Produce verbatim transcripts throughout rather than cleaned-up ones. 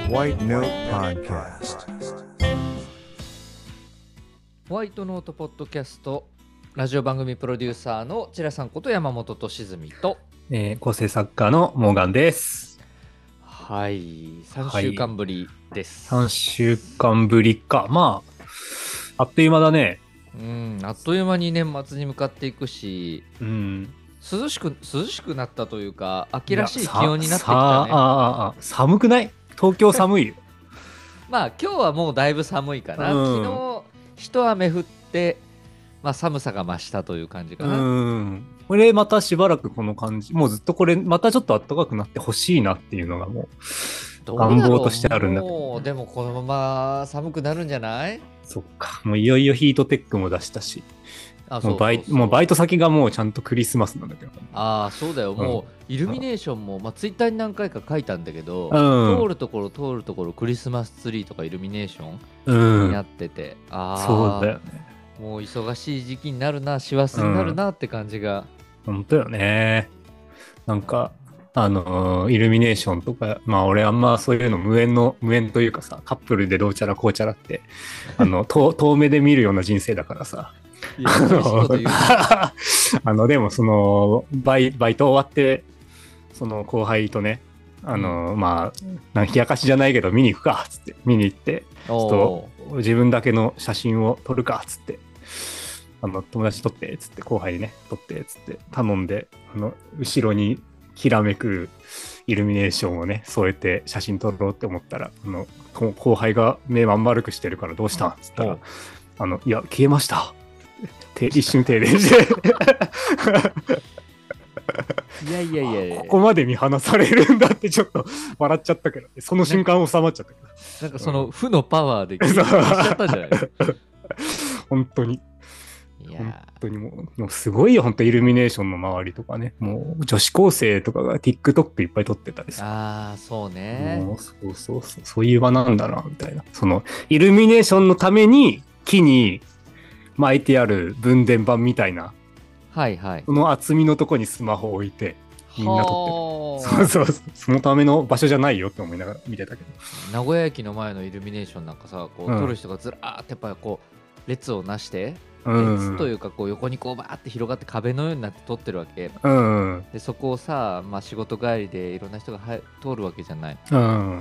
White Note Podcast。 ホワイトノートポッドキャスト、ラジオ番組プロデューサーのチラさんこと山本俊純と、 えー、構成作家のモーガンです。 はい、さんしゅうかんぶりです。 さんしゅうかんぶりか。まあ、あっという間だね。 うん、あっという間に年末に向かっていくし、 うん、 涼しく涼しくなったというか、秋らしい気温になってきたね。 さあああ寒くない？東京寒いよ。 まあ今日はもうだいぶ寒いかな。 うん、 昨日一雨降って、まあ、寒さが増したという感じかな。 うん。これまたしばらくこの感じ、もうずっとこれまたちょっと暖かくなってほしいなっていうのがもう願望としてあるんだけど。 もうでもこのまま寒くなるんじゃない？ そっか、もういよいよヒートテックも出したし。 あ、 もうバイもうバイト先がもうちゃんとクリスマスなんだけど。 ああ、そうだよ、もうイルミネーションも、まあ、ツイッターに何回か書いたんだけど、 うん、 通るところ通るところクリスマスツリーとかイルミネーショうん、 ンになってて、ああ、 そうだよね。 もう忙しい時期になるな、師走になるなって感じが、 うん、本当よね。なんかあのー、イルミネーションとか、まあ俺あんまそういうの無縁の無縁というかさ、カップルでどうちゃらこうちゃらってあの遠遠目で見るような人生だからさ。 いや嬉しいこと言うあのでもそのバイバイト終わってその後輩とね、あの、うん、まあなん冷やかしじゃないけど見に行くかっつって見に行って、ちょっと自分だけの写真を撮るかっつって、あの友達撮ってっつって後輩にね撮ってっつって頼んで、あの後ろにきらめくイルミネーションをね添えて写真撮ろうって思ったら、あの後輩が目まん丸くしてるからどうしたんっつったら、あのいや消えましたって一瞬停電していやいやいやいや、 ここまで見放されるんだってちょっと笑っちゃったけど、その瞬間収まっちゃったけど、 なんかその負のパワーで消えちゃったんじゃない本当に。 いや本当にもう、もうすごいよ、本当イルミネーションの周りとかね、もう女子高生とかが TikTok いっぱい撮ってたりさ。 ああ、そうね。 もうそうそうそう、そういう場なんだなみたいな。そのイルミネーションのために木に巻いてある分電盤みたいな、 はいはい、 その厚みのとこにスマホを置いてみんな撮ってる。そうそうそう、そのための場所じゃないよって思いながら見てたけど。 名古屋駅の前のイルミネーションなんかさ、こう、うん、撮る人がずらーってやっぱりこう列をなして。列というかこう横にこうバーって広がって壁のようになって撮ってるわけ、 うん、 でそこをさ、まあ、仕事帰りでいろんな人がは通るわけじゃない、 うん、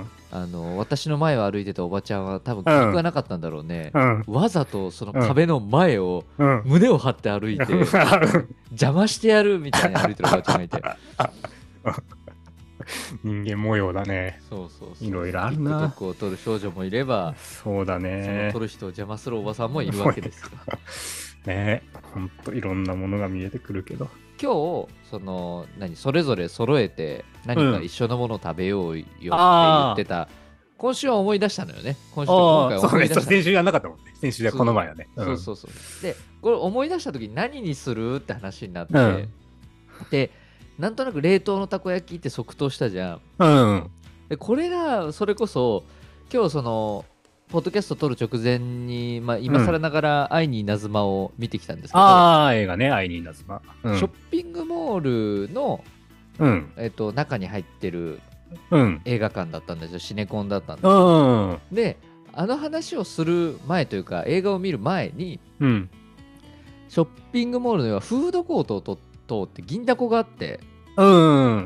あの私の前を歩いてたおばちゃんは多分気がなかったんだろうね、 うん、 わざとその壁の前を胸を張って歩いて、うん、邪魔してやるみたいに歩いてるおばちゃんがいて人間模様だね。 そうそうそう、 いろいろあるな。 TikTok を撮る少女もいれば、 そうだね、 その撮る人を邪魔するおばさんもいるわけですよね。ほんといろんなものが見えてくるけど、 今日その何それぞれ揃えて何か一緒のものを食べようよって言ってた、うん、今週は思い出したのよね。今週今回は思い出した。 そうね、先週やんなかったもんね。先週じゃこの前はね。 そう、うん、そうそうそう。でこれ思い出した時に何にするって話になって、うん、でなんとなく冷凍のたこ焼きって即答したじゃん。 うん。 でこれがそれこそ今日そのポッドキャスト撮る直前に、まあ、今更ながら愛に稲妻を見てきたんですけど、うん、 ああ映画ね、愛に稲妻、 うん、ショッピングモールの、 うんえー、と中に入ってる映画館だったんですよ、シネコンだったんですよ、 うん、 であの話をする前というか映画を見る前に、 うん、 ショッピングモールではフードコートをと通って銀だこがあって、 うん、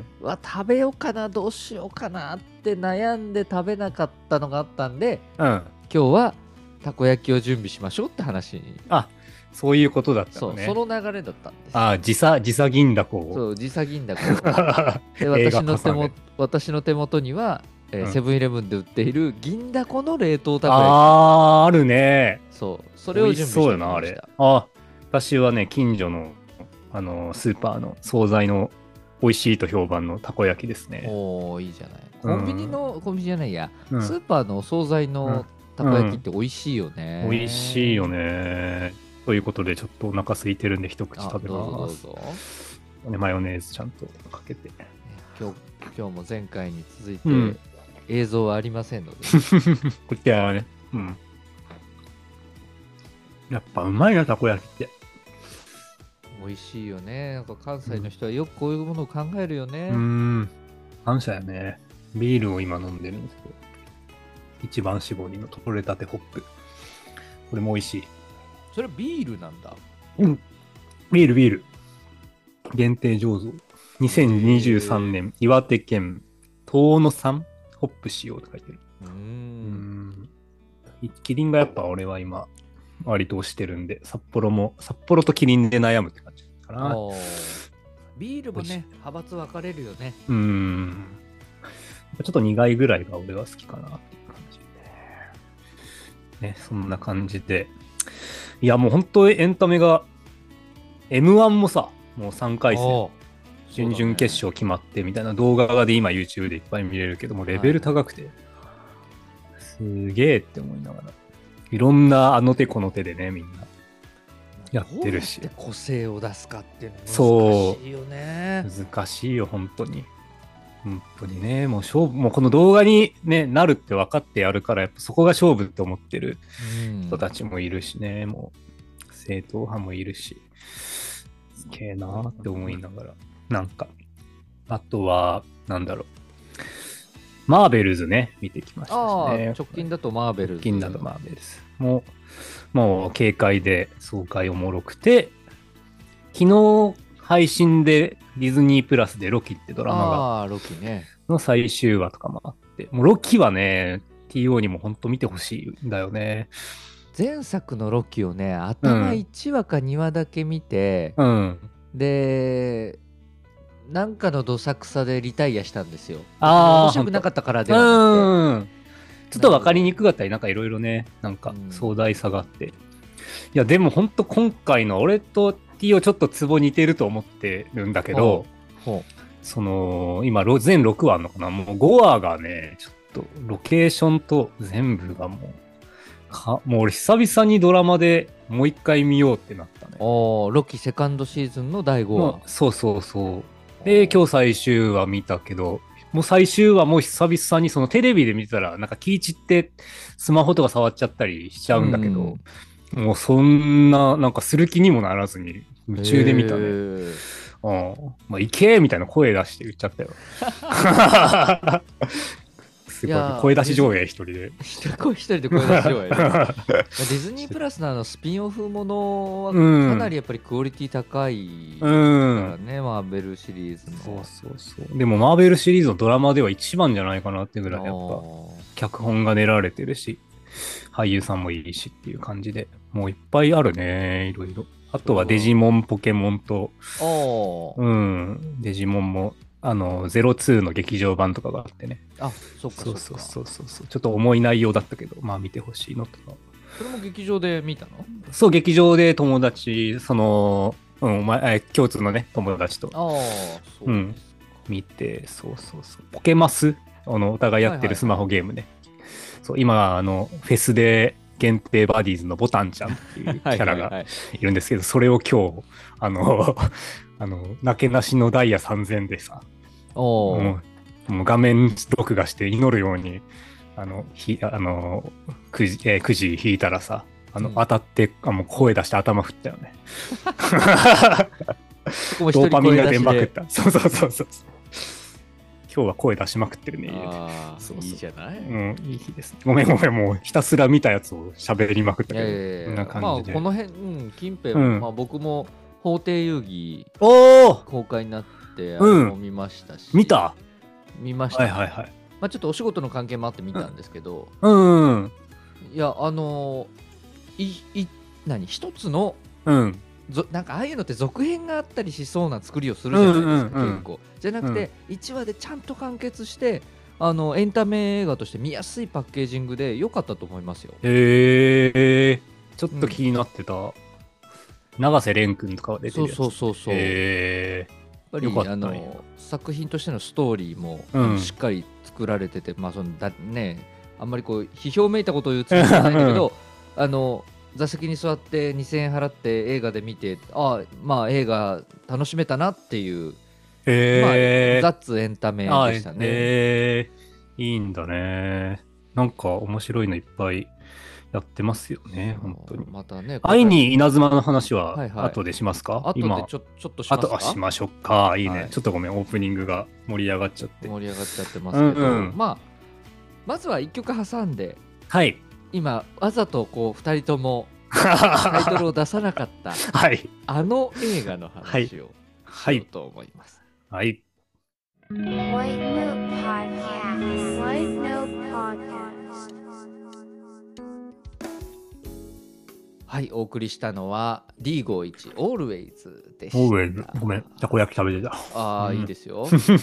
わ食べようかなどうしようかなって悩んで食べなかったのがあったんで、 うん、今日はたこ焼きを準備しましょうって話に。 あ、そういうことだったのね。 そう、その流れだったんです。 ああ、時差時差銀だこを。 そう、時差銀だこで私の手も私の手元にはセブンイレブンで売っている銀だこの冷凍たこ焼き。 ああ、あるね。 そう、それを準備してみました。 そうよなあれ。あ、私はね、近所のあのスーパーの惣菜の美味しいと評判のたこ焼きですね。 おー、いいじゃない。コンビニの、うん、コンビニじゃないや、 うん、 スーパーのお惣菜のたこ焼きって美味しいよね、 うん、美味しいよね。ということでちょっとお腹空いてるんで一口食べます。どうぞどうぞ。マヨネーズちゃんとかけて。 今日、今日も前回に続いて、うん、映像はありませんのでこっちはね、うん、やっぱうまいなたこ焼きって。 美味しいよね。なんか関西の人はよくこういうものを考えるよね。 うん、感謝やね。ビールを今飲んでるんですけど。 一番搾りの取れたてホップ。これも美味しい。 それビールなんだ。 うん。ビールビール。限定醸造。にせんにじゅうさんねん、岩手県遠野産ホップ使用って書いてる。 うー。 うんん。キリンがやっぱ俺は今、割と推してるんで、札幌も、札幌とキリンで悩むって感じかな。 あービールもね、派閥分かれるよね。 うーん。ちょっと苦いぐらいが俺は好きかなっていう感じで。ね、そんな感じで。いや、もう本当エンタメが、エムワン もさ、もうさんかい戦、 おー準々決勝決まってみたいな動画で今 YouTube でいっぱい見れるけども、レベル高くて、すげえって思いながら。いろんなあの手この手でね、みんな。やってるしどうやって個性を出すかっていうのそう難しいよね。 難しいよ、本当に。本当にね、もう勝負、もうこの動画に、ね、なるって分かってやるから、やっぱそこが勝負って思ってるうん人たちもいるしね、もう正統派もいるし、すげえなーって思いながら、なんか、あとは、なんだろう、マーベルズね、見てきましたああ、 しね。 直近だとマーベルズ。 直近だとマーベルズ。もう、もう軽快で爽快おもろくて、昨日配信でディズニープラスでロキってドラマがああ、ロキね。 の最終話とかもあって、もうロキはね、ティーオー にも本当見てほしいんだよね。 前作のロキをね、頭いちわかにわだけ見て、 うん。 で、なんかのどさくさでリタイアしたんですよ。 あー面白くなかったからではなうん。ちょっと分かりにくかったり、なんかいろいろね、なんかうん壮大さがあって。いや、でも本当今回の俺と T をちょっとツボ似てると思ってるんだけど、 くて。ほその、今、ろ全ろくわあんのかな、もうごわがね、ちょっとロケーションと全部がもう、かもう俺久々にドラマでもう一回見ようってなったね。 うおーロキセカンドシーズンのだいごわ。 まあそうそうそう。で、今日最終話見たけど、もう最終話も久々にそのテレビで見てたら、なんか気い散ってスマホとか触っちゃったりしちゃうんだけど、もうそんな、なんかする気にもならずに夢中で見たね。 へーうん。まあ、行けみたいな声出して言っちゃったよ。すごいいやー声出し上映一人で。 一人一人で声出しようよ。ディズニープラスのあのスピンオフものはうんかなりやっぱりクオリティ高いかうん。 らね、マーベルシリーズの。 そうそうそう。でもマーベルシリーズのドラマでは一番じゃないかなってぐらいやっぱあー脚本が練られてるし、俳優さんもいいしっていう感じで、もういっぱいあるね、いろいろ。あとはデジモン、ポケモンと、 あーうん、デジモンも、あの、ゼロツーの劇場版とかがあってね。 あ、そっかそっか。 そうそうそうそう。ちょっと重い内容だったけど、まあ見てほしいのとか。 それも劇場で見たの？ そう、劇場で友達、その、うん、お前、え共通のね、友達とああ、そううんですか。 見て、そうそうそう。ポケマスあの、お互いやってるスマホゲームね。そう、今、あの、フェスで限定バディーズのボタンちゃんっていうキャラがはいはいはいいるんですけど、それを今日、あの、あの、なけなしのダイヤさんぜんでさ、 おーもうもう画面録画して祈るように、あの、ひあのくじ、えーくじ引いたらさ、あの、 うん当たって、あもう声出して頭振ったよね。 そこも一人ドーパミンが声出しで。 出まくった。そうそうそうそう。今日は声出しまくってるね、家で。 ああ、 そうそういいじゃない。 うん、いい日です。ごめんごめん、もうひたすら見たやつを喋りまくったけど、 いやいやいこんなやまあ感じで。 この辺、うん、近辺、 うんまあ、僕も法廷遊戯おー公開になって、あうんれも見ましたし、 見た見ました、 はいはいはい。 まあ、ちょっとお仕事の関係もあって見たんですけど、 うんうん。 いやあのーいい何一つのうん。 ぞなんかああいうのって続編があったりしそうな作りをするじゃないですか、 うんうんうん結構じゃなくて、いちわでちゃんと完結してあのエンタメ映画として見やすいパッケージングで良かったと思いますよ。 へえー、ちょっと気になってた。永瀬廉君とかが出てそうるやつ。 そうそうそう、 へやっぱりよかったあんやの作品としてのストーリーも、 うんしっかり作られてて、まあそのだねあんまりこう批評めいたことを言うつもりじゃないんだけど、あの座席に座ってにせんえん払って映画で見て、あまあ映画楽しめたなっていう、 え。 まあへえザッツエンタメでー。 したね。 へえー、いいんだね。なんか面白いのいっぱいやってますよね、本当に。 またね、 愛に稲妻の話ははいはい後でしますか、 あとで今ちょちょっとしますか。 あとあしましょうか。いいね、 はいちょっとごめん、オープニングが盛り上がっちゃって。 盛り上がっちゃってますけど、 うんうんまあまずはいっきょく挟んで、 はい今わざとこうふたりともタイトルを出さなかったはいあの映画の話をしようと思います。 はい。 White Note Podcast. White Note Podcast. はい、お送りしたのは ディーごじゅういち Always でした。 オーウェイズ。ごめん、たこ焼き食べてた。 ああ、 うんいいですよ。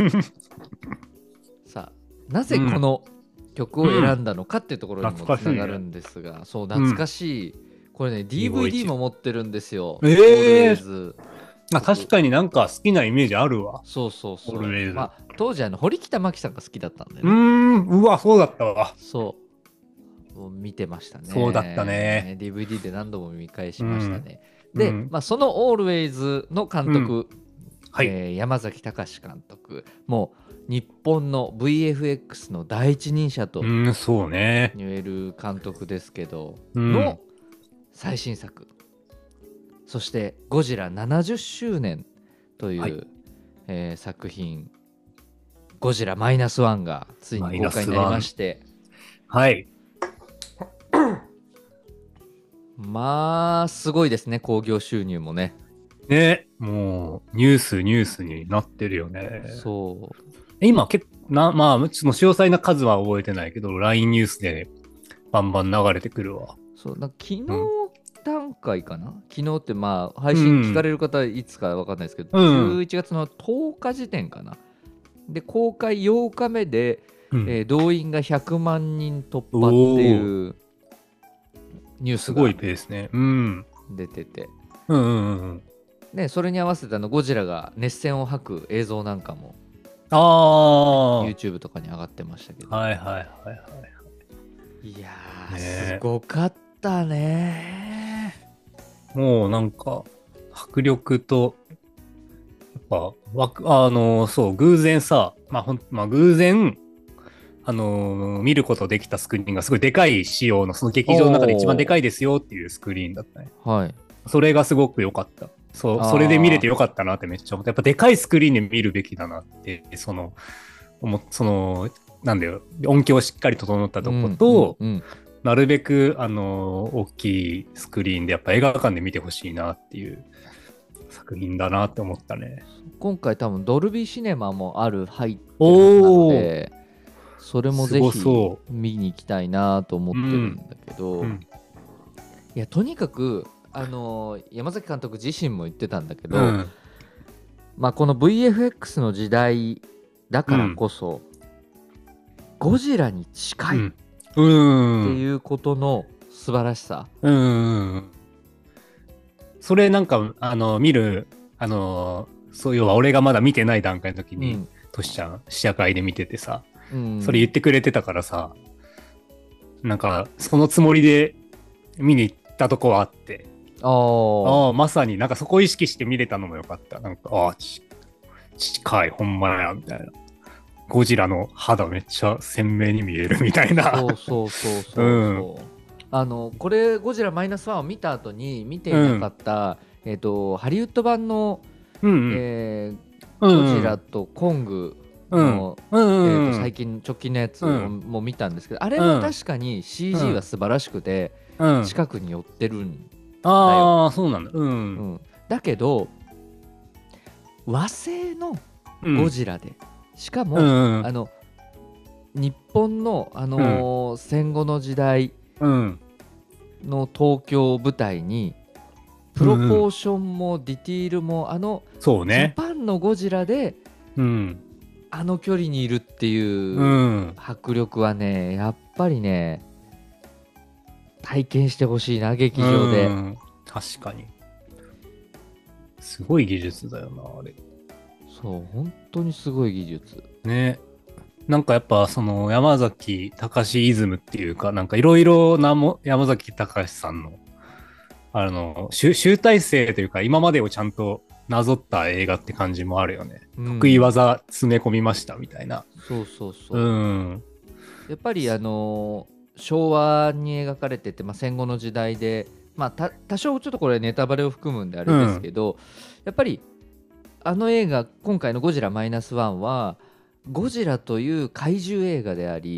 さあ、なぜこの曲を選んだのかっていうところにもつながるんですが、そう、懐かしい。これね、ディーブイディー も持ってるんですよ。 ええ Always。 まあ確かになんか好きなイメージあるわ。 そうそうそう。 Always。 まあ、当時あの堀北真希さんが好きだったんでうーね。 ん、うわ、そうだったわ。 そうもう見てましたね。 そうだったね。 ディーブイディー で何度も見返しましたね。で、 うんうんまあ、その Always の監督、 うんはいえー山崎隆監督、もう日本の ブイエフエックス の第一人者とうん、そうね。 言える監督ですけど、 うんの最新作、そしてゴジラななじゅっしゅうねんという、 はいえー作品、ゴジラマイナスワンがついに公開になりまして、 はい。 まあすごいですね、興行収入もね。 ね、もうニュースニュースになってるよね。 そう今結構な、まあ、その詳細な数は覚えてないけど、ライン ニュースでバンバン流れてくるわ。 そうなんか昨日段階かな、昨日ってまあ配信聞かれる方いつか分かんないですけど、 うんじゅういちがつのとおか時点かな。で公開ようかめで、 うんえー動員がひゃくまんにん突破っていうニュースすごいがペースね。うん。 出てて、 うんうんうんうん。 ね、それに合わせてあのゴジラが熱線を吐く映像なんかもああ。はい YouTube とかに上がってましたけど、 はいはいはいやー、 ねすごかったね。 い。もうなんか、迫力と、やっぱ、わくあの、そう、偶然さ、まあほん、まあ偶然、あのー見ることできたスクリーンがすごいでかい仕様の、その劇場の中で一番でかいですよっていうスクリーンだったね。 はい。 それがすごく良かった。そう、 あーそれで見れて良かったなってめっちゃ思った。やっぱでかいスクリーンで見るべきだなって、その、思っその、なんだよ、音響しっかり整ったとこと、 うんうんうんなるべく、あのー大きいスクリーンでやっぱ映画館で見てほしいなっていう作品だなって思ったね。 今回多分ドルビーシネマもある入ってるので、それもぜすごひそ見に行きたいなと思ってるんだけど、 うんいやとにかくあの山崎監督自身も言ってたんだけど、 うんまあ、この ブイエフエックス の時代だからこそ、ゴジラに近いっうんうんていうことの素晴らしさ、 うんうんそれなんかあの見るあのそう要は俺がまだ見てない段階の時に、 うんトシちゃん試写会で見ててさ、 うんそれ言ってくれてたからさ、なんかそのつもりで見に行ったとこはあって、 あーああまさになんかそこを意識して見れたのもよかった。なんかああち近いほんまやみたいな。ゴジラの肌めっちゃ鮮明に見えるみたいな。 そうそうそうそうそう、 うんあのこれゴジラマイナスワンを見た後に見ていなかった、えー、とハリウッド版の、 うんうんえーうんゴジラとコングうんの、 うんえうんーと最近直近のやつをうんも見たんですけど、あれも確かに シージー は素晴らしくて、 うん近くに寄ってるん、 ああそうなんだ。ううんん、だけど和製のゴジラで、しかも、 うんうんあの日本の、あのー戦後の時代うんの東京を舞台にプロポーションもディティールも、あのジャそうね。 パンのゴジラでうんあの距離にいるっていううん迫力はね、やっぱりね体験してほしいな、劇場で。 うん確かにすごい技術だよなあれそう本当にすごい技術。 ね。なんかやっぱその山崎隆イズムっていうかなんかいろいろなも山崎隆さんのあの集集大成というか今までをちゃんとなぞった映画って感じもあるよね。 うん得意技詰め込みましたみたいな。 そうそうそう、 うんやっぱりあのー昭和に描かれてて、まあ、戦後の時代で、まあ、た多少ちょっとこれネタバレを含むんであれですけど、やっぱりあの映画今回のゴジラマイナスワンはゴジラという怪獣映画であり、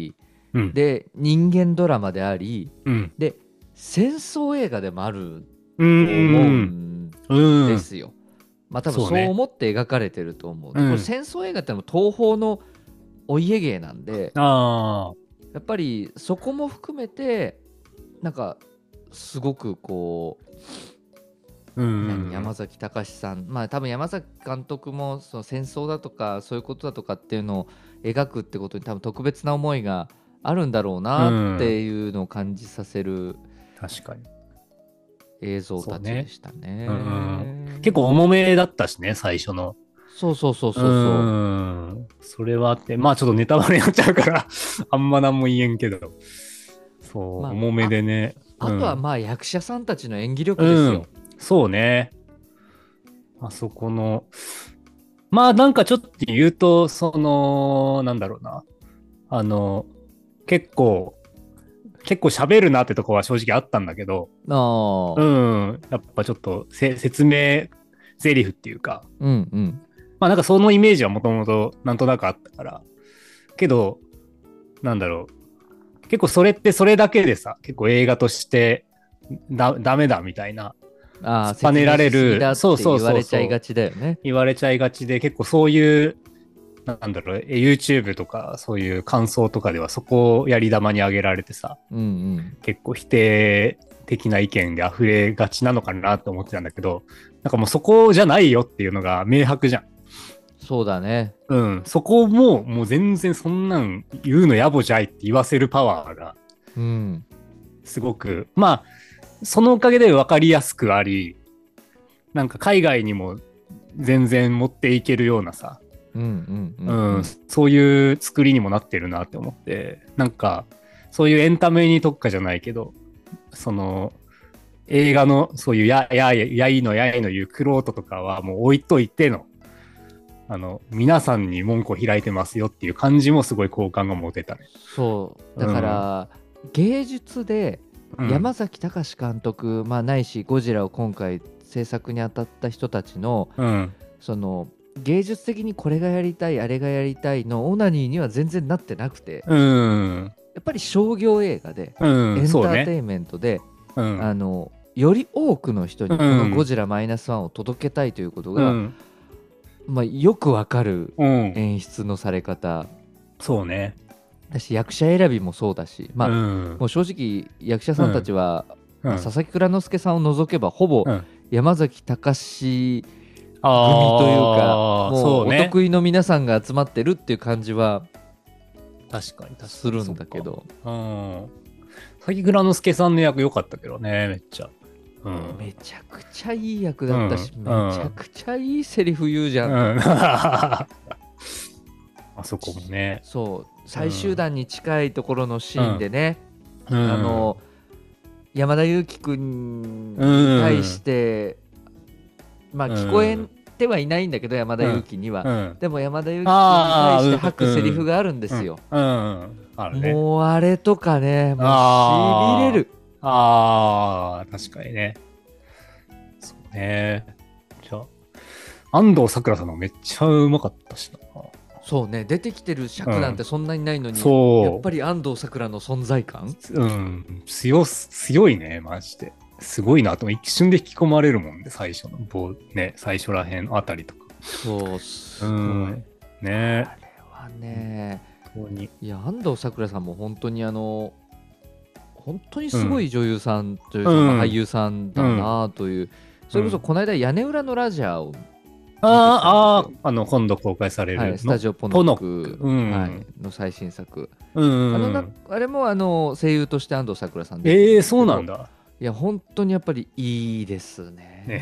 うん。 で人間ドラマでありうん。 で戦争映画でもあるうと思うんん。うん。 ですよ。まあ多分そうそうね思って描かれてると思う。でうんこれ戦争映画ってのも東宝のお家芸なんでああ。 やっぱりそこも含めてなんかすごくこう、 うん。 何山崎隆さんまあ多分山崎監督もその戦争だとかそういうことだとかっていうのを描くってことに多分特別な思いがあるんだろうなっていうのを感じさせる確かに。 映像たちでしたね。 うん結構重めだったしね、最初の。 そうそうそうそうそう。 ん。それはあって、まあちょっとネタバレになっちゃうからあんま何も言えんけど。そう、 まあ重めでね。 あとはうんまあ役者さんたちの演技力ですよ。 そうね。あそこの、まあなんかちょっと言うと、その、なんだろうな。あの、結構、結構喋るなってとこは正直あったんだけど、 ああ、 うん、やっぱちょっとせ説明台詞っていうか、 うんうん。 まあなんかそのイメージはもともとなんとなくあったから、けど、なんだろう。結構それってそれだけでさ、結構映画としてだダメだみたいなああ、 突っぱねられる説明しすぎだってそうそうそうそう言われちゃいがちだよね。 言われちゃいがちで、結構そういう、なんだろう、YouTube とかそういう感想とかではそこをやり玉に挙げられてさ、 うんうん。 結構否定的な意見で溢れがちなのかなと思ってたんだけど、なんかもうそこじゃないよっていうのが明白じゃん。 そうだね。 うん。そこももう全然そんなん言うの野暮じゃいって言わせるパワーがうん。 すごく、まあ、そのおかげで分かりやすくあり、なんか海外にも全然持っていけるようなさ、 うんうんううんうん。 そういう作りにもなってるなって思って、なんかそういうエンタメに特化じゃないけど、その映画のそういうやややいのやいの言うクロートとかはもう置いといての、あの皆さんに門戸を開いてますよっていう感じもすごい好感が持てたね。 そう。だから、芸術でうん山崎隆監督、まあないしゴジラを今回制作に当たった人たちのうんその芸術的にこれがやりたいあれがやりたいのオナニーには全然なってなくて、 うんやっぱり商業映画で、 うエンタんそうね。 ーテインメントで、 うんあのより多くの人にこのゴジラマイナスワンを届けたいということが、 うんまあ、よくわかるうん演出のされ方そうね。 だし、役者選びもそうだし、まあうんもう正直役者さんたちは、 うんまあ佐々木蔵之介さんを除けばほぼうん山崎隆組というあーか、もうおそうね。 得意の皆さんが集まってるっていう感じは確かに確かにするんだけど、 うん。佐々木蔵之介さんの役良かったけどね、めっちゃ。うん。 めちゃくちゃいい役だったし、 うんめちゃくちゃいいセリフ言うじゃん、 うんあそこもね。 そう最終弾に近いところのシーンでね、 うんあの山田裕貴君に対して、まあ聞こえてはいないんだけど、山田裕貴には、 うん。 でも山田裕貴に対して吐くセリフがあるんですよ、 うん。うんあるね。 もうあれとかね、もうあーしびれる。 ああ、確かにね。そうね。じゃあ、安藤サクラさんのめっちゃうまかったしな。 そうね、出てきてる尺なんてそんなにないのに、 そう。 やっぱり安藤サクラの存在感、 うん、強す、強いね、マジで。すごいなと、一瞬で引き込まれるもんね、最初の、棒ね、最初らへんあたりとか。 そうすうごい、 ん。ねあれはね、 本当に。 いや安藤サクラさんも本当にあの本当にすごい女優さんというか、 うんまあ俳優さんだなという、それこそこの間屋根裏のラジャーを、 ああ、ああ、あの、今度公開されるの、 はい、スタジオポポノノック、 ックうんはい、の最新作、 うん。 あのなあれもあの声優として安藤サクラさんで、 ええー、そうなんだ。 いや本当にやっぱりいいですね。 ね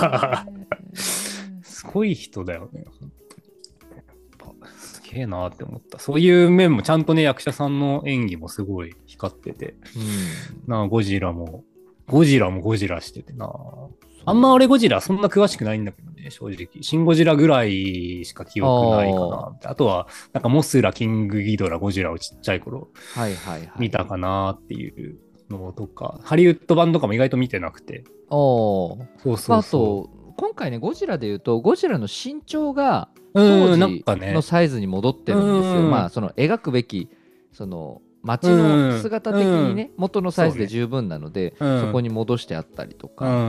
すごい人だよね、本当に。すげえなって思った。そういう面もちゃんとね、役者さんの演技もすごい光ってて、 うん、 なあ、ゴジラも、ゴジラもゴジラしててな。あんま俺ゴジラそんな詳しくないんだけどね、正直。シンゴジラぐらいしか記憶ないかな。あとは、なんかモスラ、キングギドラ、ゴジラをちっちゃい頃はいはいはい。 見たかなっていうのとか、ハリウッド版とかも意外と見てなくて。 おーそうまあ、あそうそと今回ねゴジラでいうとゴジラの身長がう。うん、 当時なんかねの。サイズに戻ってるんですよ。 うんまあその描くべきその街の姿的にね、うん、元のサイズで十分なので、そ,、ね、そこに戻してあったりとか、うん、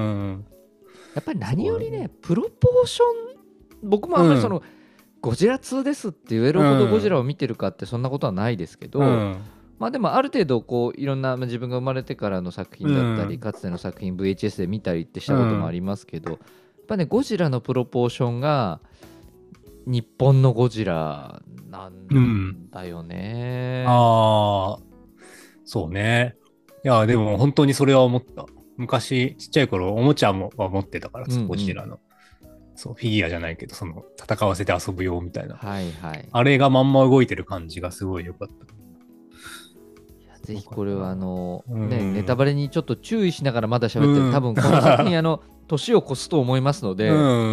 やっぱり何よりねプロポーション、僕もあんまりその、うん、ゴジラツーですって言えるほどゴジラを見てるかってそんなことはないですけど、うん、まあでもある程度こういろんな自分が生まれてからの作品だったり、うん、かつての作品 ブイエイチエス で見たりってしたこともありますけど、うん、やっぱねゴジラのプロポーションが日本のゴジラなんだよね、 うん、ああそうね。いやでも本当にそれは思った。昔ちっちゃい頃おもちゃもは持ってたから、うんうん、ゴジラのそうフィギュアじゃないけどその戦わせて遊ぶよみたいな、 はいはい、 あれがまんま動いてる感じがすごい良かった。 いやぜひこれはあの、ね、ネタバレにちょっと注意しながらまだ喋ってる、うん、多分この作品あの年を越すと思いますので、うん、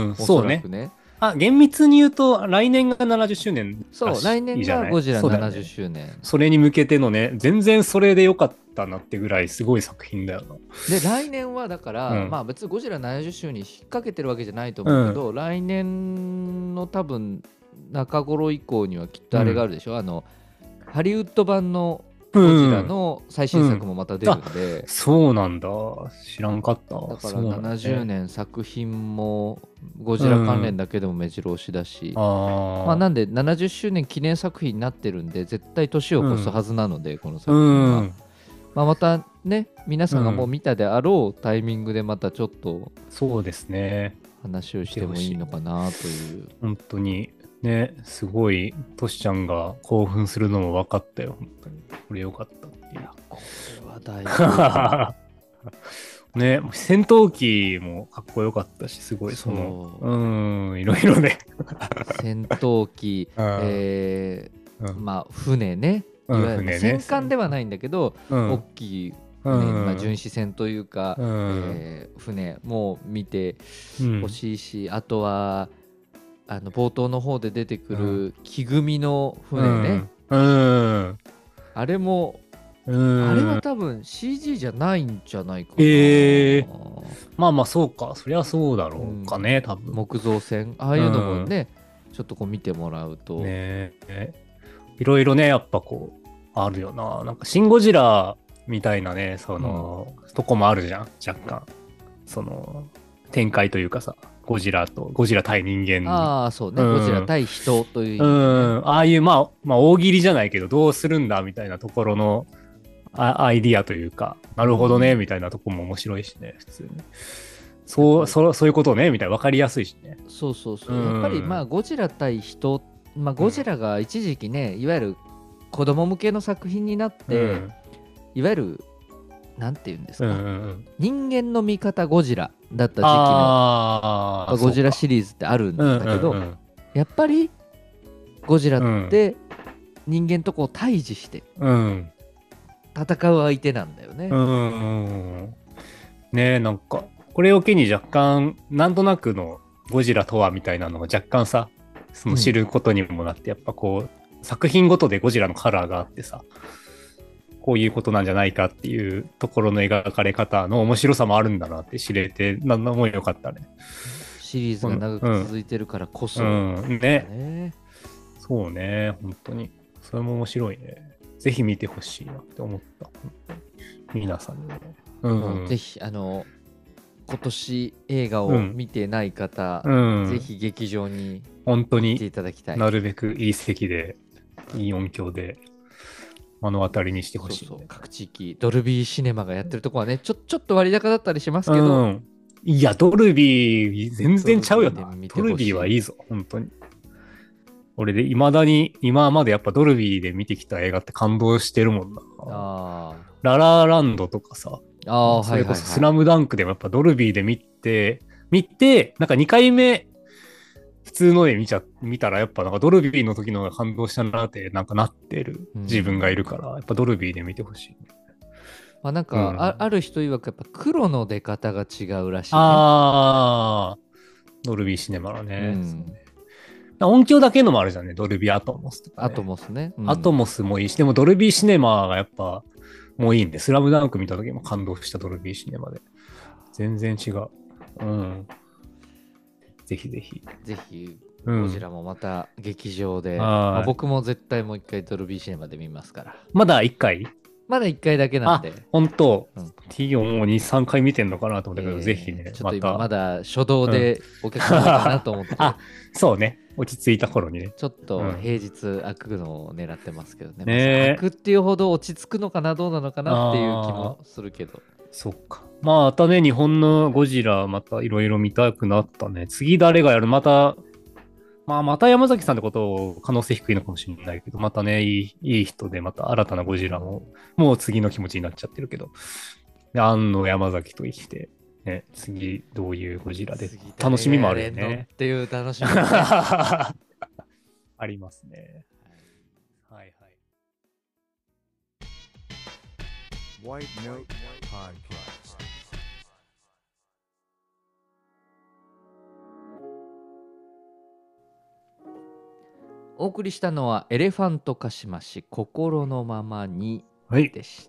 おそらくね。 あ、厳密に言うと来年がななじゅっしゅうねんらしいじゃない。 そう、来年がゴジラななじゅっしゅうねん。 そ,、ね、 それに向けてのね、全然それでよかったなってぐらいすごい作品だよな。 で来年はだから、うん、まあ別にゴジラななじゅっしゅうに引っ掛けてるわけじゃないと思うけど、うん、来年の多分中頃以降にはきっとあれがあるでしょ、うん、あのハリウッド版のゴジラの最新作もまた出るんで、 うん、そうなんだ、知らんかった。 だからななじゅうねん作品もゴジラ関連だけでも目白押しだし、うん、あまあなんでななじゅっしゅうねん記念作品になってるんで絶対年を越すはずなので、うん、この作品は、うんまあ、またね皆さんがもう見たであろうタイミングでまたちょっとそうですね話をしてもいいのかなという。 本当にね、すごいトシちゃんが興奮するのも分かったよ。本当にこれ良かったっていう。 これは大事ね、戦闘機もかっこよかったし、すごいそのううんいろいろね戦闘機、えーうん、まあ船ね、いわゆる戦艦ではないんだけど、うん、大きい船、うんまあ、巡視船というか、うんえー、船も見てほしいし、うん、あとはあの冒頭の方で出てくる木組みの船ね、うんうん、あれも、うん、あれは多分 シージー じゃないんじゃないかな、えー、 まあまあそうか、そりゃそうだろうかね、うん、多分木造船ああいうのもね、うん、ちょっとこう見てもらうとねいろいろねやっぱこうあるよな。なんかシン・ゴジラみたいなねその、うん、とこもあるじゃん若干その展開というかさ、ゴジラとゴジラ対人間のああそうね、うん、ゴジラ対人という、ね、 うんああいうまあまあ大喜利じゃないけどどうするんだみたいなところのあアイディアというかなるほどね、うん、みたいなとこも面白いしね普通にそうそうそういうことねみたいな分かりやすいしね。 そうそうそう、うん、やっぱりまあゴジラ対人、まあ、ゴジラが一時期ね、うん、いわゆる子供向けの作品になって、うん、いわゆるなんていうんですか、うんうんうん、人間の味方ゴジラだった時期のゴジラシリーズってあるんだけど、うんうんうん、やっぱりゴジラって人間とこう対峙して戦う相手なんだよね、うんうんうん、 ねえなんかこれを機に若干なんとなくのゴジラとはみたいなのが若干さその知ることにもなって、うん、やっぱこう作品ごとでゴジラのカラーがあってさこういうことなんじゃないかっていうところの描かれ方の面白さもあるんだなって知れて何のもよかったね。 シリーズが長く続いてるからこそ、うんうん、ねそうね本当にそれも面白いね。ぜひ見てほしいなって思った本当に皆さんにね、 うんうん、ぜひあの今年映画を見てない方、うん、ぜひ劇場に本当に見ていただきたい。 なるべくいい席でいい音響で目の当たりにしてほしい、ね、 そうそう各地域ドルビーシネマがやってるとこはねちょ、ちょっと割高だったりしますけど、うん、 いやドルビー全然ちゃうよな。ドルビーはいいぞ本当に。俺で未だに今までやっぱドルビーで見てきた映画って感動してるもんな。あララーランドとかさあそれこそスラムダンクでもやっぱドルビーで見て見てなんかにかいめ普通ので見ちゃ見たらやっぱなんかドルビーの時の方が感動したなってなんかなってる自分がいるから、うん、やっぱドルビーで見てほしい、 まあ、なんか、うん、あ, ある人曰くやっぱ黒の出方が違うらしい、ね、 ああドルビーシネマのね、うん、音響だけのもあるじゃんねドルビーアトモスとか、ね、 アトモスね、 うん、アトモスもいいしでもドルビーシネマがやっぱもういいんでスラムダンク見た時も感動したドルビーシネマで全然違う。うんぜひぜひぜひうんゴジラもまた劇場で、 はいまあ、僕も絶対もう一回ドルビーシネマで見ますから。 まだいっかいまだいっかいだけなんあで。、 本当、 うん T をもうに、さんかい見てんのかなと思ったけど、 えーぜひね、 ちょっと今ままた。 だ初動でお客さんいるかなと思って、 あ、そうね。落ち着いた頃にね。 ちょっとうん平日開くのを狙ってますけどね。 ねえまあ開くっていうほど落ち着くのかな、どうなのかなっていう気もするけど。 そっか。まあ、またね、日本のゴジラ、またいろいろ見たくなったね。次誰がやるまた、まあ、また山崎さんってことを可能性低いのかもしれないけど、またね、いいいい人で、また新たなゴジラも、もう次の気持ちになっちゃってるけど、で庵野山崎と生きて、ね、次どういうゴジラで、 次楽しみもあるよ誰がやれんのねっ。ていう楽しみもねありますね。はいはい。 White Note Podcast. お送りしたのはエレファントカシマシ心のままにはい。 でした。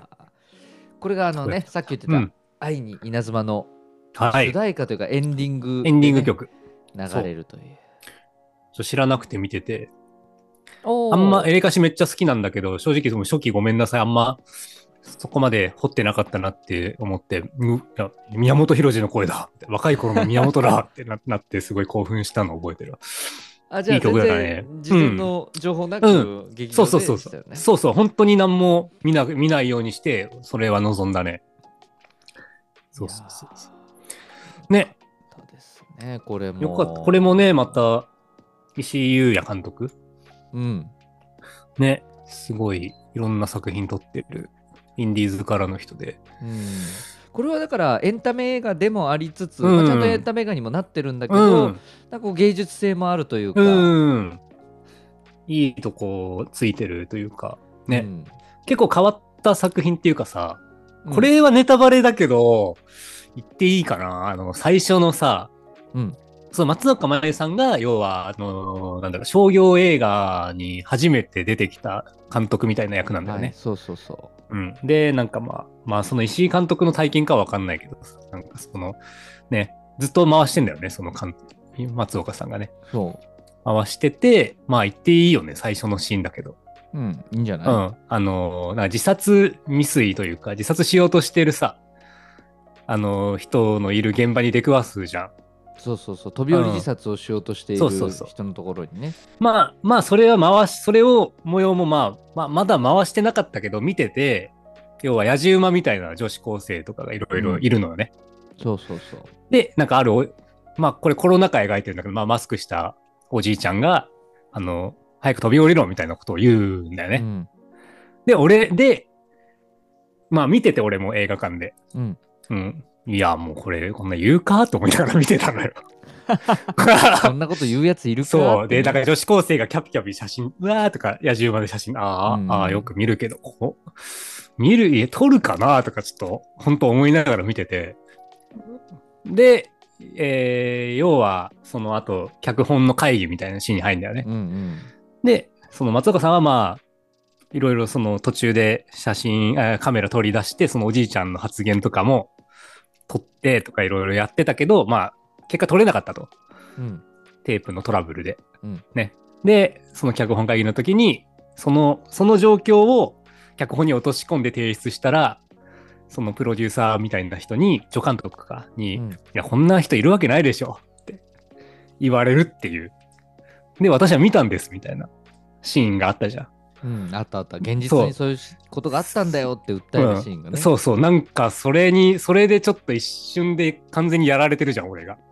これがあのね、さっき言ってたうん愛に稲妻のはい主。題歌というかエンディングでね、 エンディング曲。 流れるという。 ちょ知らなくて見てて、 おーあんまエレカシめっちゃ好きなんだけど、正直その初期ごめんなさい、あんまそこまで掘ってなかったなって思って、むいや宮本浩次の声だって若い頃の宮本だってななってすごい興奮したのを覚えてるわ。 あ、じゃあいい曲全だね然事前の情報なく、 う劇場そうそうそうそう、 でしたよね。 そうそう、本当に何も見な見ないようにして、それは望んだね。そうそうそうそう。ね。 そうですね、これも。 よかった。これもね、また、石井優也監督うん。 ね、すごいいろんな作品撮ってるインディーズからの人で。 うん。これはだからエンタメ映画でもありつつ、 うんまあちゃんとエンタメ映画にもなってるんだけうど、 ん。 なんかこう芸術性もあるというか、 うん。いいとこついてるというか、ね、 うん結構変わった作品っていうかさ、 うんこれはネタバレだけど、言っていいかな、あの、最初のさ、 うんその松岡茉優さんが、要は、あの、なんだろう、商業映画に初めて出てきた監督みたいな役なんだよはい、 ね。 そうそうそうん。で、なんかまあ、まあ、その石井監督の体験かはわかんないけど、なんかその、ね、ずっと回してんだよね、その監松岡さんがね。 う。そ回してて、まあ言っていいよね、最初のシーンだけど。 う。うん、いいんじゃない、 うん。あの、なんか自殺未遂というか、自殺しようとしてるさ、あの、人のいる現場に出くわすじゃん。 そうそうそう。飛び降り自殺をしようとしているそうそうそう人のところにね。 まあ、まあ、それは回し、それを模様もまあ、まあ、まだ回してなかったけど、見てて、要は野じ馬みたいな女子高生とかがいろいろいるのよね。 そうそうそう。 で、なんかあるお、まあ、これコロナ禍描いてるんだけど、まあ、マスクしたおじいちゃんが、あの、早く飛び降りろみたいなことを言うんだよね。 うん。 で、俺、で、まあ見てて俺も映画館で。 うん。 うん。いや、もうこれ、こんな言うかと思いながら見てたのよ。 そんなこと言うやついるかそう。で、だからら、 女子高生がキャピキャピ写真、うわーとか、野獣馬で写真、あー、 うんあー、よく見るけど、ここ、見る、いえ、撮るかなとか、ちょっと、本当思いながら見てて。で、えー、要は、その後、脚本の会議みたいなシーンに入るんだよね。 うんうん。 で、その松岡さんはまあ、いろいろその途中で写真、あカメラ取り出して、そのおじいちゃんの発言とかも撮ってとかいろいろやってたけど、まあ、結果取れなかったと。 うん。 テープのトラブルで。 うんね。で、その脚本会議の時に、その、その状況を脚本に落とし込んで提出したら、そのプロデューサーみたいな人に、助監督かに、 うんいや、こんな人いるわけないでしょって言われるっていう。で、私は見たんですみたいなシーンがあったじゃん。 うん、あったあった。現実にそういうことがあったんだよって訴えるシーンがね。 うん、そうそう。なんか、それに、それでちょっと一瞬で完全にやられてるじゃん、俺が。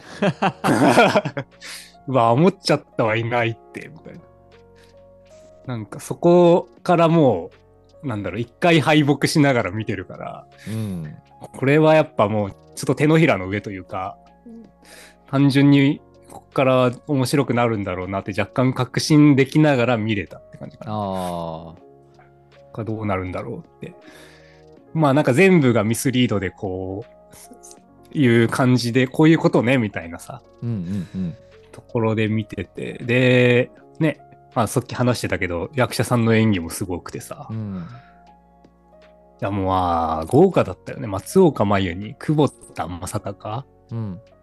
うわ、思っちゃったはいないって、みたいな。なんか、そこからもう、なんだろう、一回敗北しながら見てるから、 うん。 これはやっぱもう、ちょっと手のひらの上というか、単純に、ここから面白くなるんだろうなって若干確信できながら見れたって感じかな。 ああ。 かどうなるんだろうって。まあなんか全部がミスリードでこう、いう感じで、こういうことね、みたいなさ、 うんうんうん。 ところで見てて。で、ね、まあさっき話してたけど、役者さんの演技もすごくてさ。いうん。 やもう、あー豪華だったよね。松岡茉優に、久保田正孝うん。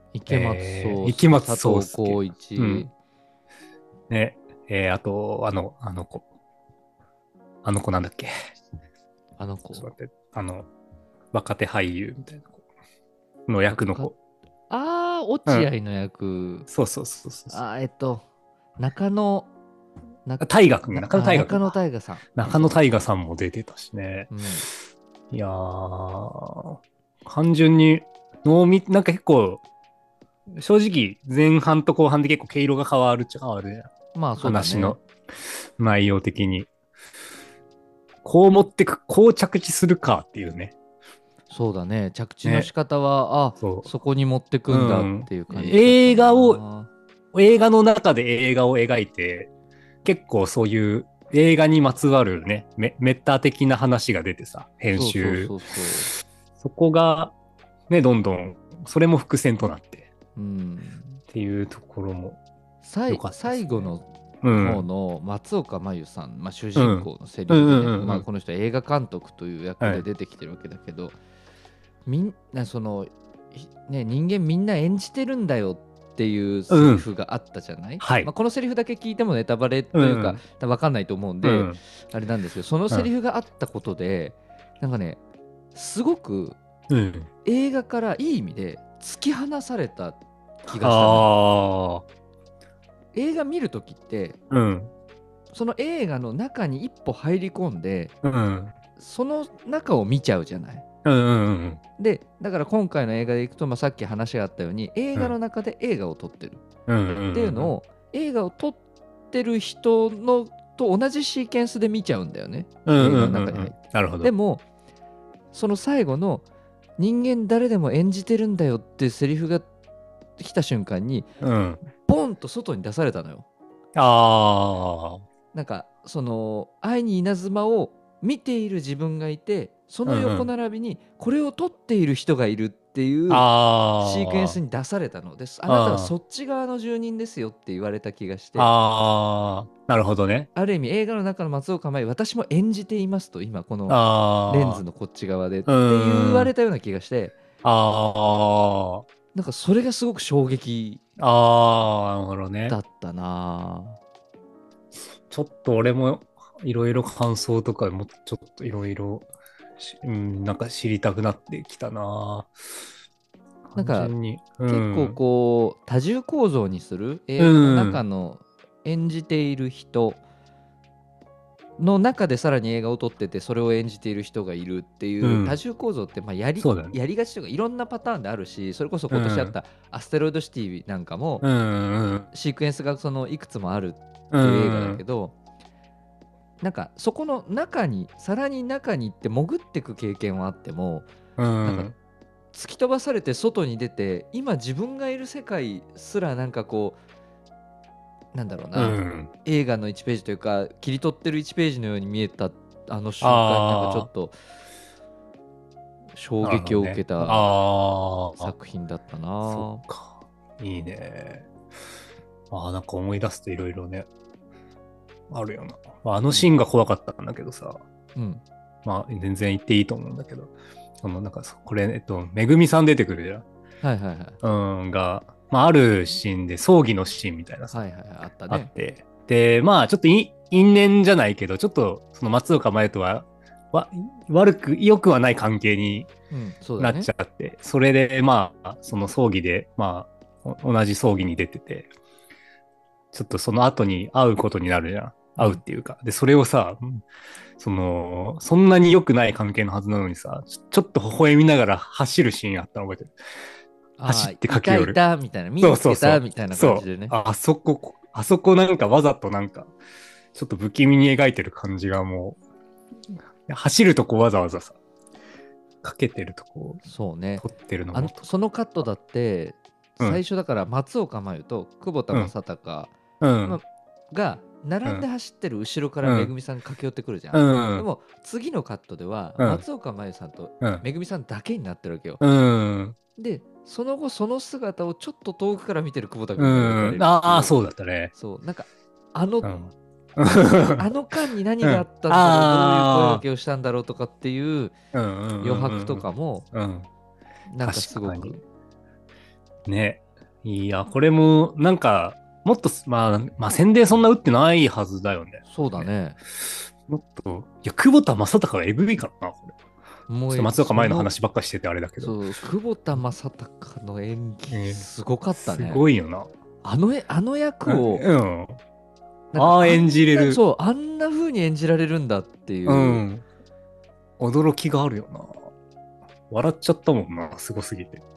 池松え壮ー池松佐壮藤浩市、 うんね、えー、あと、あの、あの子。あの子なんだっけ。 あの子ちょっと待って、あの、若手俳優みたいな子の役の子。 ああ落合の役、 そうそうそうそうそう。 あーえっと中野中大河君、 な中野大河君あ中野か。 大河さん、 中野大河さんも出てたしね。 うん、 いやー、単純に、濃密、なんか結構、正直、前半と後半で結構毛色が変わるっちゃ変わるじゃん。 まあそうだね話の内容的に。こう持ってく、こう着地するかっていうね。 そうだね着地の仕方は、あそうそこに持ってくんだっていう感じだったな、 うん映画を映画の中で映画を描いて、結構そういう映画にまつわるね、メメタ的な話が出てさ、編集。 そうそうそうそうそこが、ね、どんどん、それも伏線となってうんっていうところもさい良かったですね最後のうん方の松岡真優さん、まあ、主人公のセリフでうんうんうんうんうんねまあこの人は映画監督という役で出てきてるわけだけど、みんなその、ひね、人間みんな演じてるんだよっていうセリフがあったじゃない、 はいまあ、このセリフだけ聞いてもネタバレというか、 うん多分分かんないと思うんで、 うんあれなんですけどそのセリフがあったことで、なんかねすごくうん映画からいい意味で突き放された気がしたの。 ああ映画見るときってうんその映画の中に一歩入り込んでうんその中を見ちゃうじゃない。 うんうんでだから今回の映画でいくと、まあ、さっき話があったように映画の中で映画を撮ってるうんっていうのを、映画を撮ってる人のと同じシーケンスで見ちゃうんだよね、 うんうん映画うんうんの中に入って。 なるほど。 でもその最後の人間誰でも演じてるんだよっていうセリフが来た瞬間にうんボンと外に出されたのよ。 あなんかその愛に稲妻を見ている自分がいてその横並びにこれを撮っている人がいるっていうああシークエンスに出されたのです。あなたはそっち側の住人ですよって言われた気がして、あああなるほどね。 る意味映画の中の松岡茉優私も演じていますと今このああレンズのこっち側でってうん言われたような気がしてあなんかそれがすごく衝撃あああなるほどねだ。ったな。 ちょっと俺もいろいろ感想とかもちょっといろいろうんなんか知りたくなってきたな。 なんか単純に結構うこう多重構造にする映画の中の演じている人の中でさらに映画を撮っててそれを演じている人がいるっていううん多重構造ってまあやり、 そうだねやりがちというかいろんなパターンであるし、それこそ今年あったアステロイドシティなんかもんうんうんシークエンスがそのいくつもあるってういう映画だけんど、なんかそこの中にさらに中に行って潜ってく経験はあってもうなんかん突き飛ばされて外に出て今自分がいる世界すらなんかこうなんだろううな、 ん映画のいちページというか切り取ってるいちページのように見えたあの瞬間になんかちょっと衝撃を受けたああ作品だったな。 そっかいいね。ああなんか思い出すといろいろねあるよな。まああのシーンが怖かったんだけどさ、 うんまあ全然言っていいと思うんだけど、そのなんかそこれえっとめぐみさん出てくるじゃん。 はいはいはいうんが、まあ、あるシーンで葬儀のシーンみたいなさ、 はいはいはいあったあっね。 て、で、まあ、ちょっとい因縁じゃないけど、ちょっとその松岡茉優とはわ悪く、良くはない関係にうんそうだねなっちゃって、それで、まあ、その葬儀で、まあ、お同じ葬儀に出てて、ちょっとその後に会うことになるじゃん。会うっていうか。で、それをさ、うんその、そんなに良くない関係のはずなのにさ、ちょちょっと微笑みながら走るシーンあったの覚えてる。走って駆け寄るあーいたいたみたいな見つけたみたいな感じでね。 そうああそこ、あそこなんかわざとなんか、ちょっと不気味に描いてる感じがもう、走るとこわざわざさ、かけてるとこそうね撮ってるのあのもそのカットだってうん最初だから松岡茉優と久保田正孝うん。 まが並んで走ってる後ろからめぐみさんが駆け寄ってくるじゃん、 うん。 でも次のカットではうん松岡茉優さんとうん。 めぐみさんだけになってるわけよ、 うん。 でその後その姿をちょっと遠くから見てる久保田う君が描かれるっていん。ああ、そうだったね。 そうなんかあの、 うん。 あの間に何があったんだろう、 うんあーどういう声掛けをしたんだろうとかっていううんうんうんうん余白とかもうん。 なんかすごく確かにね。いや、これも、なんか、もっと、まあ、まあ、宣伝そんな打ってないはずだよね。 そうだね。 もっと、いや、久保田正孝が エグいからな、これ。 もうちょっと松岡前のそ話ばっかしててあれだけど。 そう、久保田正孝の演えー技、すごかったね。 すごいよな。 あのえ、あの役を、 うん。 なんかああ、演じれる。 あんなそう、あんな風に演じられるんだっていう。 うん。驚きがあるよな。笑っちゃったもんな、すごすぎて。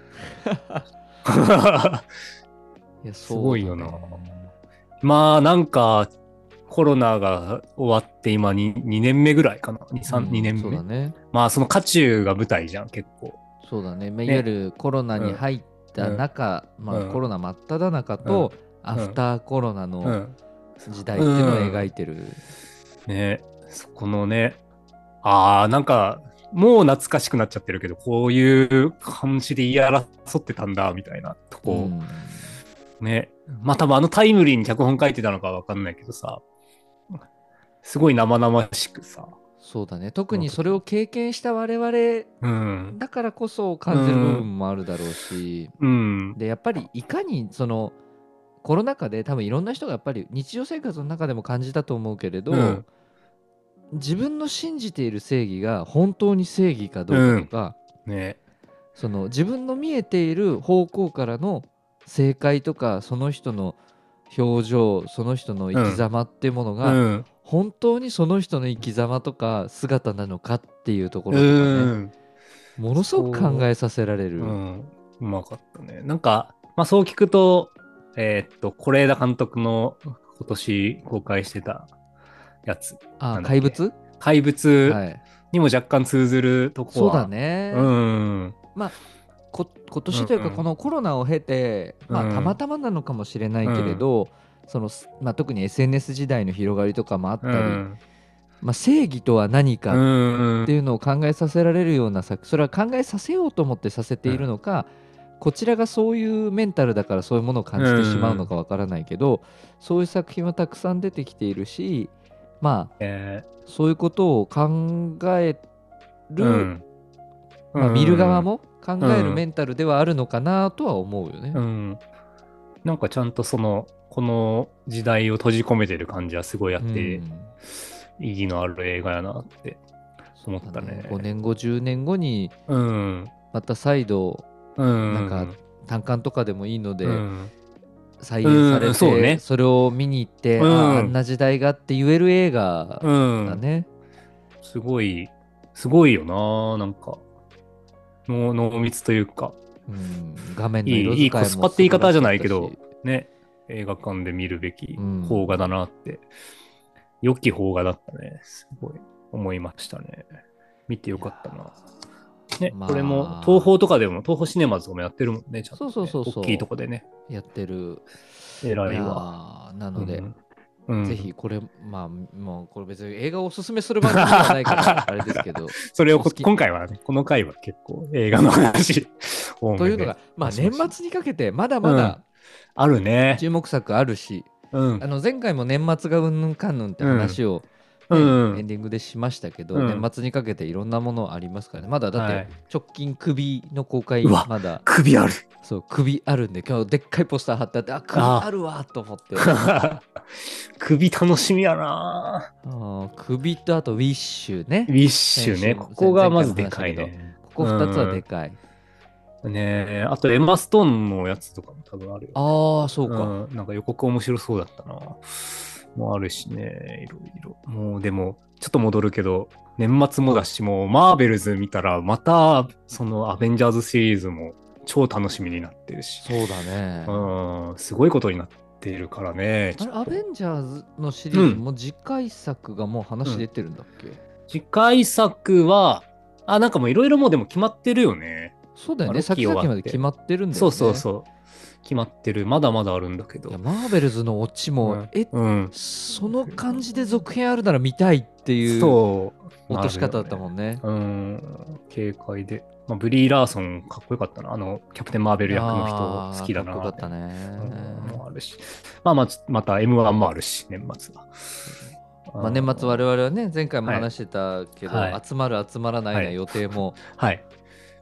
いや、 すそうだねごいよな。まあ、なんか、コロナが終わって今ににねんめぐらいかな。に、さん、 うんにねんめ。 そうだね。 まあ、その渦中が舞台じゃん、結構。 そうだね。まあ、いねわゆるコロナに入った中、まあ、 うんコロナ真っ只中と、 んアフターコロナうのん。 時代っていうのを描いてる。 ね、そこのね、ああ、なんか、もう懐かしくなっちゃってるけど、こういう感じで言い争ってたんだ、みたいなとこ、 うんね。まあ多分あのタイムリーに脚本書いてたのかわかんないけどさ、すごい生々しくさ、 そうだね。特にそれを経験した我々 うん。 だからこそ感じる部分もあるだろうし、 うん。 でやっぱりいかにそのコロナ禍で多分いろんな人がやっぱり日常生活の中でも感じたと思うけれど、 うん自分の信じている正義が本当に正義かどうかとか、 ね。 その自分の見えている方向からの正解とかその人の表情その人の生き様っていうものうが、 ん。 本当にその人の生き様とか姿なのかっていうとこうろとかね、 ん。 ものすごく考えさせられる。 うん。うまかったね。なんか、まあそう聞くと、えーっと、是枝監督の今年公開してたやつ。 あ、 なんだっけ怪物、 怪物はい、 にも若干通ずるとこは。 そうだね、 うん。 まあこ今年というかうんこのコロナを経て、まあ、 うんたまたまなのかもしれないけれど、そのまあ、特に エスエヌエス 時代の広がりとかもあったり、 うん。 まあ、正義とは何かうん。 っていうのを考えさせられるような作、それは考えさせようと思ってさせているのか、こちらがそういうメンタルだからそういうものを感じてしまうのかわからないけど、そういう作品はたくさん出てきているし、まあえそういうことを考える、 ーうん。 まあ、見る側うんも考えるメンタルではあるのかなとは思うよね。 うん。なんかちゃんとその、この時代を閉じ込めてる感じはすごいあって、 うん意義のある映画やなって思ったね。 ごねんごじゅうねんごにうん。 また再度うん。 なんか単館とかでもいいのでうん、 再演されて、 うんそうねそれを見に行って、 うんああんな時代がって言える映画うん。 だね。 すごい、すごいよな、なんか。の濃密というか、 うん、画面のいい、いい色使いもコスパって言い方じゃないけど素晴らしかっ、 ね、映画館で見るべきうん邦画だなって、良き邦画だったね。すごい思いましたね。見てよかったな。ね、 まあこれも東宝とかでも、東宝シネマズとかもやってるもんね、ちゃんと、ね。 そうそうそうそう大きいとこでね。 たやってる。 偉いいやわ。 ーなので、 うんうんぜひこれまあもうこれ別に映画をおすすめする番組ではないからあれですけどそれをこ好き今回はね、この回は結構映画の話多めでというのがまあ年しました末にかけてまだまだあるね。 注目作あるし、 うんあ。の前回も年末がうんぬんかんぬんって話を、ねうんエンディングでしましたけど、 うん年末にかけていろんなものありますからね。まだだっはいて直近首の公開うわまだ首ある。 そう首あるんで、今日でっかいポスター貼ってあってあ首あーあるわと思って首楽しみやな。 あー首とあとウィッシュねウィッシュね。 先週ここがまずでかいね。 ここふたつはでかい、 うんねえ、あとエマストーンのやつとかも多分あるよ。 ああそうか、 うん、なんか予告面白そうだったな。もあるしね、いろいろ。もうでも、ちょっと戻るけど、年末もだし、もうマーベルズ見たら、また、そのアベンジャーズシリーズも超楽しみになってるし、 そうだね、 うん、すごいことになってるからね。 あれアベンジャーズのシリーズも次回作がもう話出てるんだっけ、 次回作は、あ、なんかもういろいろもうでも決まってるよね。 そうだよまあね先々まで決まってるんだよね。 そうそうそう。決まってる。まだまだあるんだけど。 いやマーベルズのオチも、 うんえ、 うん。 その感じで続編あるなら見たいっていうそう。 落とし方だったもんね。 うん。軽快で。まあ、ブリー・ラーソンかっこよかったな。あの、キャプテン・マーベル役の人好きだな。 あーかっこよかったね。 うんもあるし。まあまあ、また エムワン もあるし、年末は。 まあ、年末我々はね前回も話してたけど、 はい集まる集まらないな予定もはい。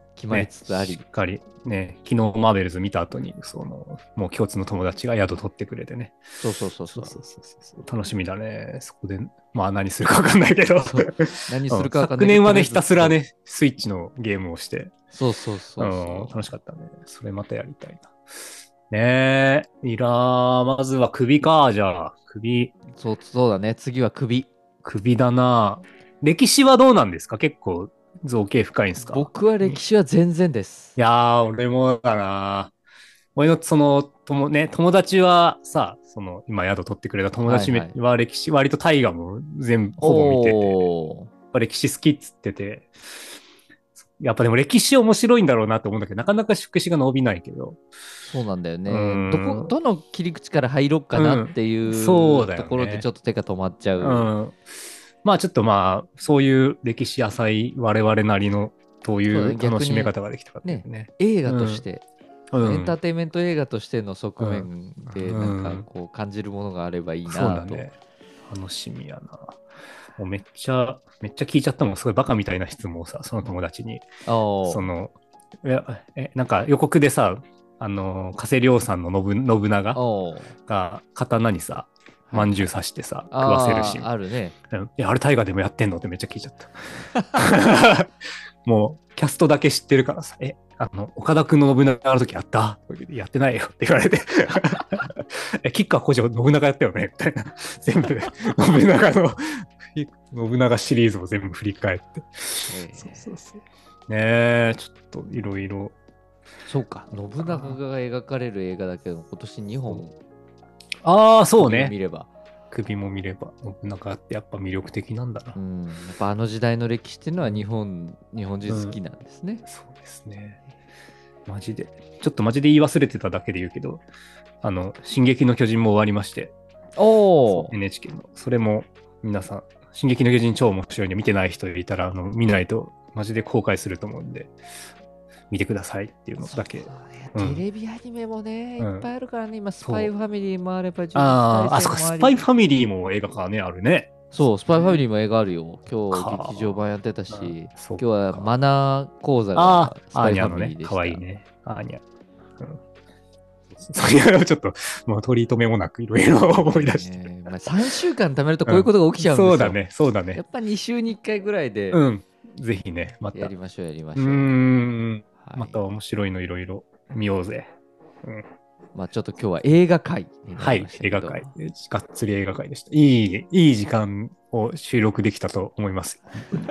決まりつつあり、 ね、しっかりね、昨日マーベルズ見た後に、その、もう共通の友達が宿取ってくれてね。 そうそうそうそうそうそうそうそう楽しみだね。そこで、まあ何するか分かんないけど。 そう何するかわかんないけど昨年はね、ひたすらね、スイッチのゲームをして、 そうそうそうそううん楽しかったね。それまたやりたいな。ねえ、いらー、まずは首か、じゃあ。首、 そうそうだね、次は首。 首だな。歴史はどうなんですか？結構造形深いんですか？ 僕は歴史は全然です。 いやー、俺もだな。俺のその、ともね、友達はさ、その、今宿取ってくれた友達はいはいは歴史、割と大河も全部、ほぼ見てて、 おーやっぱ歴史好きっつってて、やっぱでも歴史面白いんだろうなと思うんだけど、なかなか宿史が伸びないけど、 そうなんだようーね。 んどこ、どの切り口から入ろうかなっていう、 うんそうだよねところでちょっと手が止まっちゃう。 うん。まあちょっとまあ、そういう歴史浅い我々なりの、そういうそうだね逆に楽しめ方ができたかったよね。 映画として、 うんエンターテインメント映画としての側面でうんなんかこう感じるものがあればいいそうなと。 だね。楽しみやな。もうめっちゃ、めっちゃ聞いちゃったもん。すごいバカみたいな質問をさ、その友達に。 おーその、いやえ、なんか予告でさ、あの、加瀬亮さんの信信長おーが刀にさ、まんじゅう刺してさ、食わせるシーン。 あーあるね。 うんいや、あれ大河でもやってんのってめっちゃ聞いちゃった。もう、キャストだけ知ってるからさ、え、あの、岡田くんの信長の時やったやってないよって言われて。え、キッカー古城信長やったよねみたいな。全部、信長の、信長シリーズを全部振り返って。 えーそうそうそう。ねえ、ちょっといろいろ。 そうか、信長が描かれる映画だけど今年にほんああ、そうね。 見れば、 首も見れば、信長ってやっぱ魅力的なんだな。 うん、やっぱあの時代の歴史っていうのは日本日本人好きなんですね。 そうですね。マジで。ちょっとマジで言い忘れてただけで言うけど、あの、進撃の巨人も終わりまして、 おお、 エヌエイチケー の。それも皆さん、進撃の巨人超面白いんで見てない人いたら、あの見ないとマジで後悔すると思うんで、見てくださいっていうのだけ。 そうだねうんテレビアニメもね、 うんいっぱいあるからね、今、スパイファミリーもあれば、呪術ああ、あ、そっか、 廻戦もありスパイファミリーも映画化ね、あるね。 そう、スパイファミリーも映画あるよ。今日か劇場版やってたし、 うんそっ今か日はマナー講座あがあ、アースパイニャのねファミリーで、した。 かわいいね。アーニャ。うんそういうちょっと、もう取り留めもなくいろいろ思い出して。 ねまあ、さんしゅうかん貯めるとこういうことが起きちゃうんですよ。 そうだね、そうだね。 やっぱにしゅうにいっかいぐらいでうん。ぜひね、また。うやりましょう、やりましょう。 ーん。 はいまた面白いのいろいろ見ようぜ。うん、 まあ、ちょっと今日は映画会になはいりまし、たけど。 映画会。がっつり映画会でした。いい、いい時間を収録できたと思います。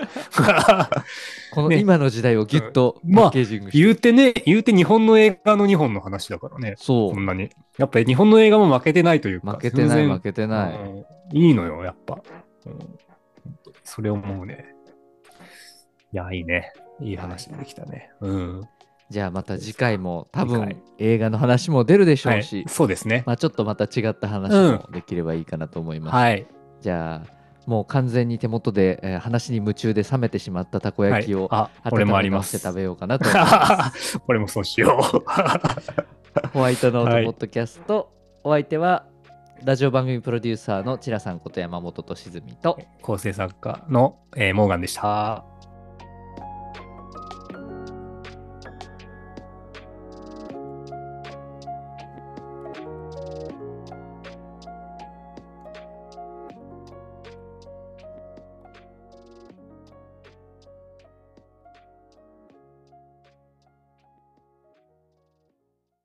このね今の時代をぎゅっとうんまあパッケージングして、 言うてね、言うて日本の映画のにほんの話だからね。 そこんなに。やっぱり日本の映画も負けてないというう、 か。 負けてない、 全然負けてない。 うんいいのよ、やっぱ。うんそれを思うね。いや、いいね。いい話できたね。うん。 じゃあまた次回も多次回分映画の話も出るでしょはいうし、、 そうですね。 まあちょっとまた違った話もできればいいかなと思います。 はい。 じゃあもう完全に手元で、えー話に夢中で冷めてしまったたこ焼きをはい、あ、俺温もあります。 め直して食べようかなと思います。 俺もそうしよう。 ホワイトノーはいトポッドキャスト、お相手はラジオ番組プロデューサーのチラさんこと山本俊純と構成作家の、えーモーガンでした。